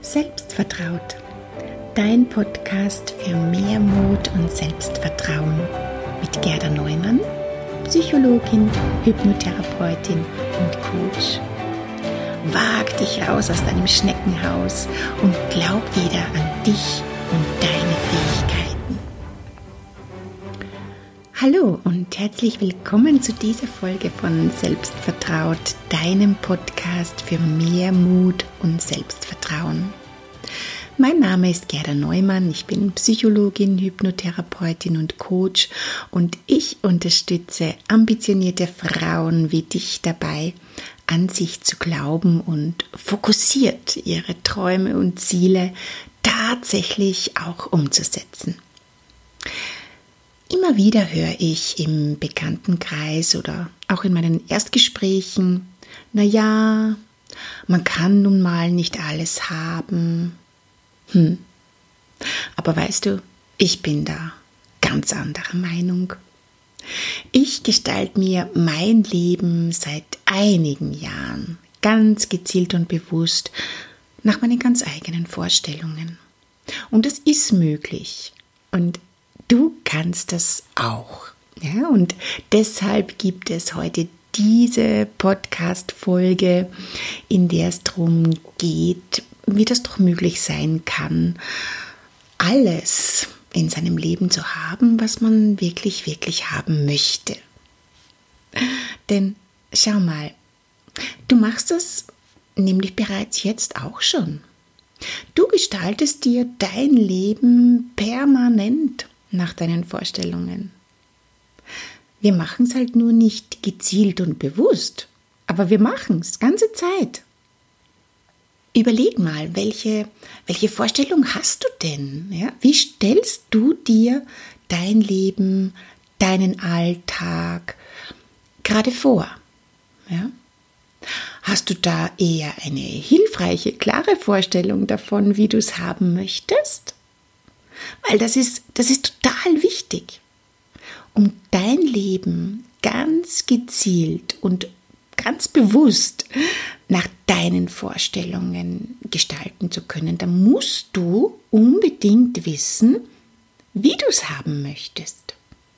Selbstvertraut, dein Podcast für mehr Mut und Selbstvertrauen mit Gerda Neumann, Psychologin, Hypnotherapeutin und Coach. Wag dich raus aus deinem Schneckenhaus und glaub wieder an dich und deine Fähigkeiten. Hallo und herzlich willkommen zu dieser Folge von Selbstvertraut, deinem Podcast für mehr Mut und Selbstvertrauen. Mein Name ist Gerda Neumann, ich bin Psychologin, Hypnotherapeutin und Coach und ich unterstütze ambitionierte Frauen wie dich dabei, an sich zu glauben und fokussiert ihre Träume und Ziele tatsächlich auch umzusetzen. Immer wieder höre ich im Bekanntenkreis oder auch in meinen Erstgesprächen, naja, man kann nun mal nicht alles haben. Aber weißt du, ich bin da ganz anderer Meinung. Ich gestalte mir mein Leben seit einigen Jahren ganz gezielt und bewusst nach meinen ganz eigenen Vorstellungen. Und das ist möglich. Und du kannst das auch. Ja? Und deshalb gibt es heute diese Podcast-Folge, in der es darum geht, wie das doch möglich sein kann, alles in seinem Leben zu haben, was man wirklich, wirklich haben möchte. Denn schau mal, du machst das nämlich bereits jetzt auch schon. Du gestaltest dir dein Leben permanent nach deinen Vorstellungen. Wir machen es halt nur nicht gezielt und bewusst, aber wir machen es ganze Zeit. Überleg mal, welche Vorstellung hast du denn? Ja? Wie stellst du dir dein Leben, deinen Alltag gerade vor? Ja? Hast du da eher eine hilfreiche, klare Vorstellung davon, wie du es haben möchtest? Weil das ist total wichtig, um dein Leben ganz gezielt und ganz bewusst nach deinen Vorstellungen gestalten zu können. Da musst du unbedingt wissen, wie du es haben möchtest.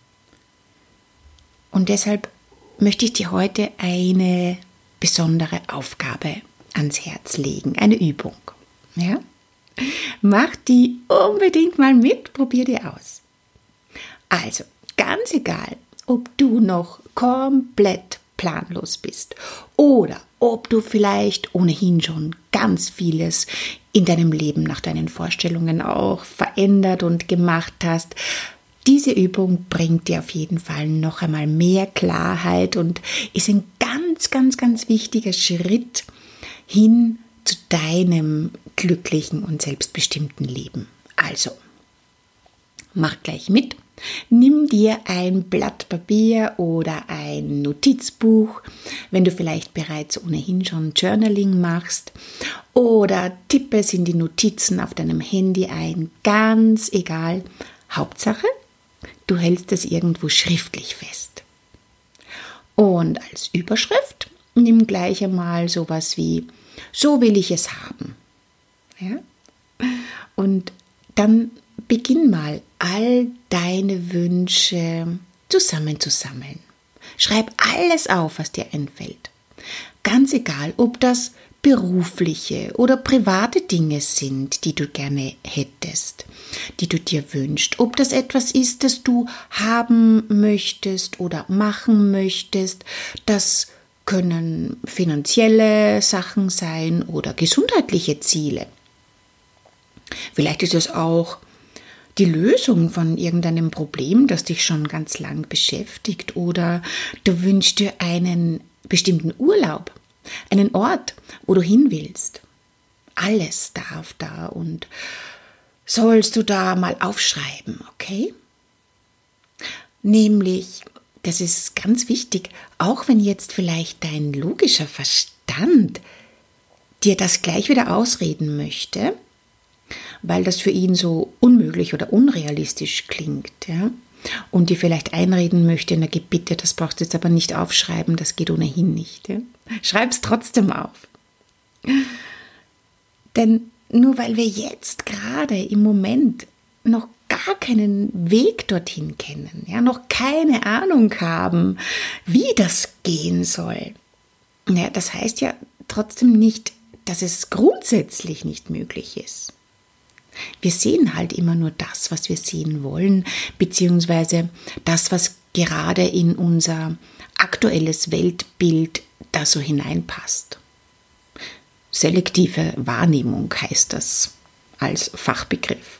Und deshalb möchte ich dir heute eine besondere Aufgabe ans Herz legen, eine Übung. Ja? Mach die unbedingt mal mit, probier die aus. Also, ganz egal, ob du noch komplett planlos bist oder ob du vielleicht ohnehin schon ganz vieles in deinem Leben nach deinen Vorstellungen auch verändert und gemacht hast. Diese Übung bringt dir auf jeden Fall noch einmal mehr Klarheit und ist ein ganz, ganz, ganz wichtiger Schritt hin zu deinem glücklichen und selbstbestimmten Leben. Also, mach gleich mit. Nimm dir ein Blatt Papier oder ein Notizbuch, wenn du vielleicht bereits ohnehin schon Journaling machst, oder tippe es in die Notizen auf deinem Handy ein, ganz egal. Hauptsache, du hältst es irgendwo schriftlich fest. Und als Überschrift nimm gleich einmal sowas wie "So will ich es haben". Ja? Und dann beginn mal, all deine Wünsche zusammenzusammeln. Schreib alles auf, was dir einfällt. Ganz egal, ob das berufliche oder private Dinge sind, die du gerne hättest, die du dir wünschst. Ob das etwas ist, das du haben möchtest oder machen möchtest. Das können finanzielle Sachen sein oder gesundheitliche Ziele. Vielleicht ist es auch die Lösung von irgendeinem Problem, das dich schon ganz lang beschäftigt, oder du wünschst dir einen bestimmten Urlaub, einen Ort, wo du hin willst. Alles darf da und sollst du da mal aufschreiben, okay? Nämlich, das ist ganz wichtig, auch wenn jetzt vielleicht dein logischer Verstand dir das gleich wieder ausreden möchte, weil das für ihn so unmöglich oder unrealistisch klingt, ja? Und dir vielleicht einreden möchte, na gib bitte, das brauchst du jetzt aber nicht aufschreiben, das geht ohnehin nicht. Ja? Schreib es trotzdem auf. Denn nur weil wir jetzt gerade im Moment noch gar keinen Weg dorthin kennen, ja, noch keine Ahnung haben, wie das gehen soll. Ja, das heißt ja trotzdem nicht, dass es grundsätzlich nicht möglich ist. Wir sehen halt immer nur das, was wir sehen wollen, beziehungsweise das, was gerade in unser aktuelles Weltbild da so hineinpasst. Selektive Wahrnehmung heißt das als Fachbegriff.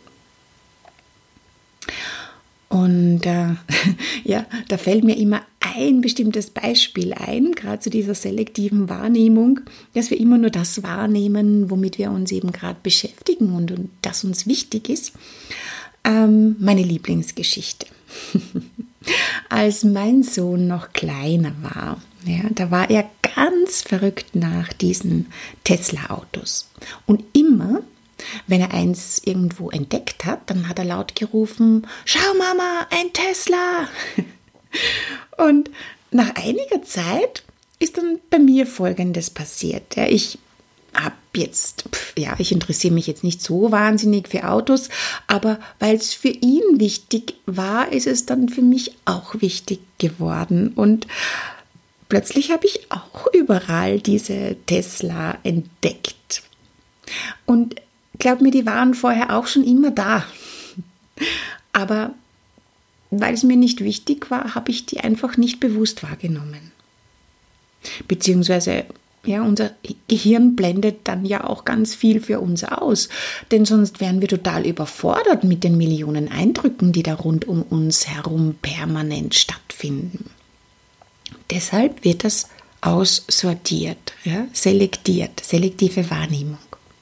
Und ja, da fällt mir immer ein bestimmtes Beispiel ein, gerade zu dieser selektiven Wahrnehmung, dass wir immer nur das wahrnehmen, womit wir uns eben gerade beschäftigen und das uns wichtig ist. Meine Lieblingsgeschichte. Als mein Sohn noch kleiner war, ja, da war er ganz verrückt nach diesen Tesla-Autos. Und immer, wenn er eins irgendwo entdeckt hat, dann hat er laut gerufen, schau Mama, ein Tesla! Und nach einiger Zeit ist dann bei mir Folgendes passiert. Ja, ich interessiere mich jetzt nicht so wahnsinnig für Autos, aber weil es für ihn wichtig war, ist es dann für mich auch wichtig geworden. Und plötzlich habe ich auch überall diese Tesla entdeckt. Und glaub mir, die waren vorher auch schon immer da. Aber weil es mir nicht wichtig war, habe ich die einfach nicht bewusst wahrgenommen. Beziehungsweise, ja, unser Gehirn blendet dann ja auch ganz viel für uns aus. Denn sonst wären wir total überfordert mit den Millionen Eindrücken, die da rund um uns herum permanent stattfinden. Deshalb wird das aussortiert, ja, selektiert, selektive Wahrnehmung.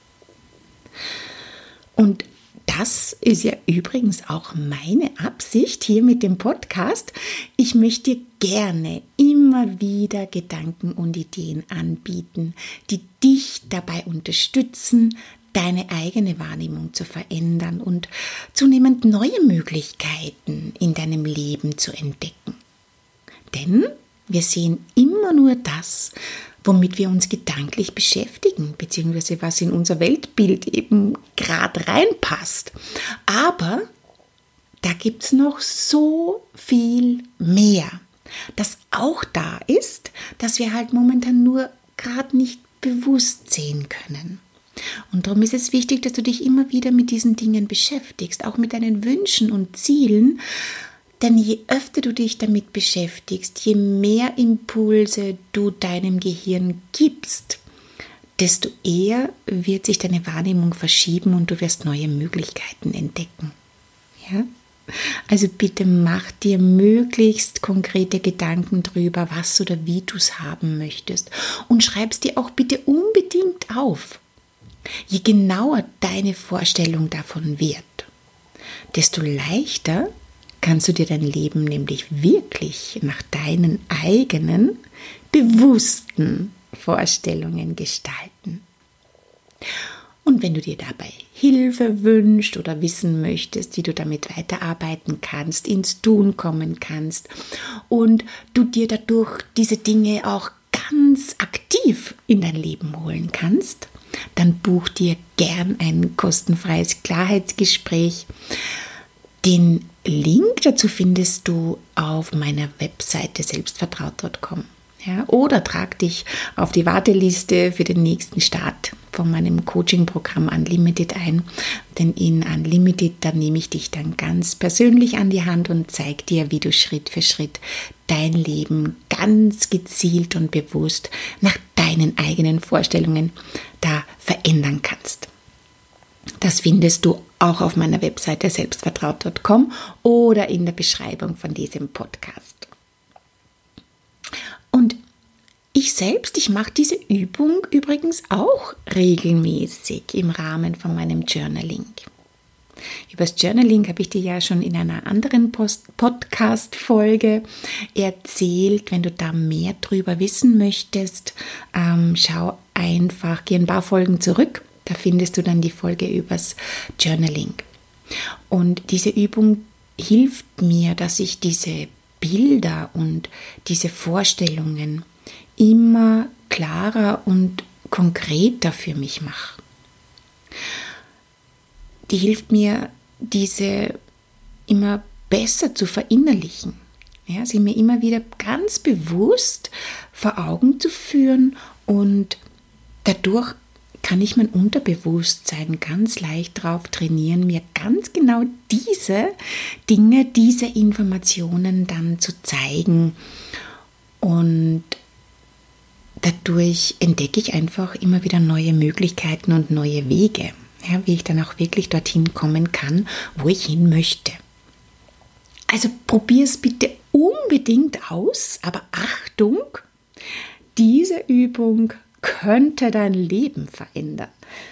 Und das ist ja übrigens auch meine Absicht hier mit dem Podcast. Ich möchte gerne immer wieder Gedanken und Ideen anbieten, die dich dabei unterstützen, deine eigene Wahrnehmung zu verändern und zunehmend neue Möglichkeiten in deinem Leben zu entdecken. Denn wir sehen immer nur das, womit wir uns gedanklich beschäftigen, beziehungsweise was in unser Weltbild eben gerade reinpasst. Aber da gibt es noch so viel mehr, das auch da ist, dass wir halt momentan nur gerade nicht bewusst sehen können. Und darum ist es wichtig, dass du dich immer wieder mit diesen Dingen beschäftigst, auch mit deinen Wünschen und Zielen. Denn je öfter du dich damit beschäftigst, je mehr Impulse du deinem Gehirn gibst, desto eher wird sich deine Wahrnehmung verschieben und du wirst neue Möglichkeiten entdecken. Ja? Also bitte mach dir möglichst konkrete Gedanken drüber, was oder wie du es haben möchtest und schreib es dir auch bitte unbedingt auf. Je genauer deine Vorstellung davon wird, desto leichter kannst du dir dein Leben nämlich wirklich nach deinen eigenen, bewussten Vorstellungen gestalten. Und wenn du dir dabei Hilfe wünschst oder wissen möchtest, wie du damit weiterarbeiten kannst, ins Tun kommen kannst und du dir dadurch diese Dinge auch ganz aktiv in dein Leben holen kannst, dann buch dir gern ein kostenfreies Klarheitsgespräch. Den Link dazu findest du auf meiner Webseite selbstvertraut.com. Ja, oder trag dich auf die Warteliste für den nächsten Start von meinem Coaching-Programm Unlimited ein. Denn in Unlimited, da nehme ich dich dann ganz persönlich an die Hand und zeige dir, wie du Schritt für Schritt dein Leben ganz gezielt und bewusst nach deinen eigenen Vorstellungen da verändern kannst. Das findest du auch auf meiner Webseite selbstvertraut.com oder in der Beschreibung von diesem Podcast. Und ich mache diese Übung übrigens auch regelmäßig im Rahmen von meinem Journaling. Über das Journaling habe ich dir ja schon in einer anderen Podcast-Folge erzählt. Wenn du da mehr drüber wissen möchtest, schau einfach, geh ein paar Folgen zurück. Da findest du dann die Folge übers Journaling. Und diese Übung hilft mir, dass ich diese Bilder und diese Vorstellungen immer klarer und konkreter für mich mache. die hilft mir, diese immer besser zu verinnerlichen. Ja, sie mir immer wieder ganz bewusst vor Augen zu führen und dadurch kann ich mein Unterbewusstsein ganz leicht darauf trainieren, mir ganz genau diese Dinge, diese Informationen dann zu zeigen. Und dadurch entdecke ich einfach immer wieder neue Möglichkeiten und neue Wege, ja, wie ich dann auch wirklich dorthin kommen kann, wo ich hin möchte. Also probier es bitte unbedingt aus, aber Achtung, diese Übung könnte dein Leben verändern.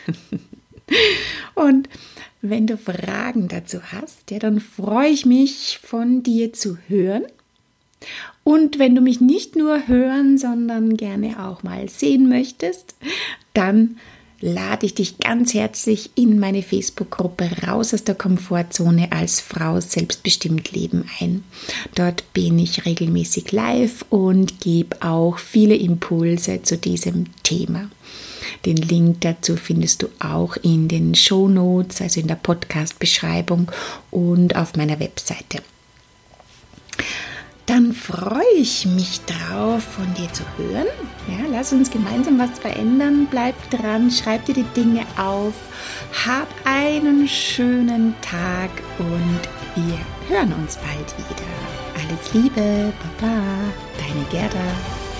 Und wenn du Fragen dazu hast, ja, dann freue ich mich, von dir zu hören. Und wenn du mich nicht nur hören, sondern gerne auch mal sehen möchtest, dann lade ich dich ganz herzlich in meine Facebook-Gruppe Raus aus der Komfortzone als Frau selbstbestimmt leben ein. Dort bin ich regelmäßig live und gebe auch viele Impulse zu diesem Thema. Den Link dazu findest du auch in den Shownotes, also in der Podcast-Beschreibung und auf meiner Webseite. Dann freue ich mich drauf, von dir zu hören. Ja, lass uns gemeinsam was verändern. Bleib dran, schreib dir die Dinge auf. Hab einen schönen Tag und wir hören uns bald wieder. Alles Liebe, Baba, deine Gerda.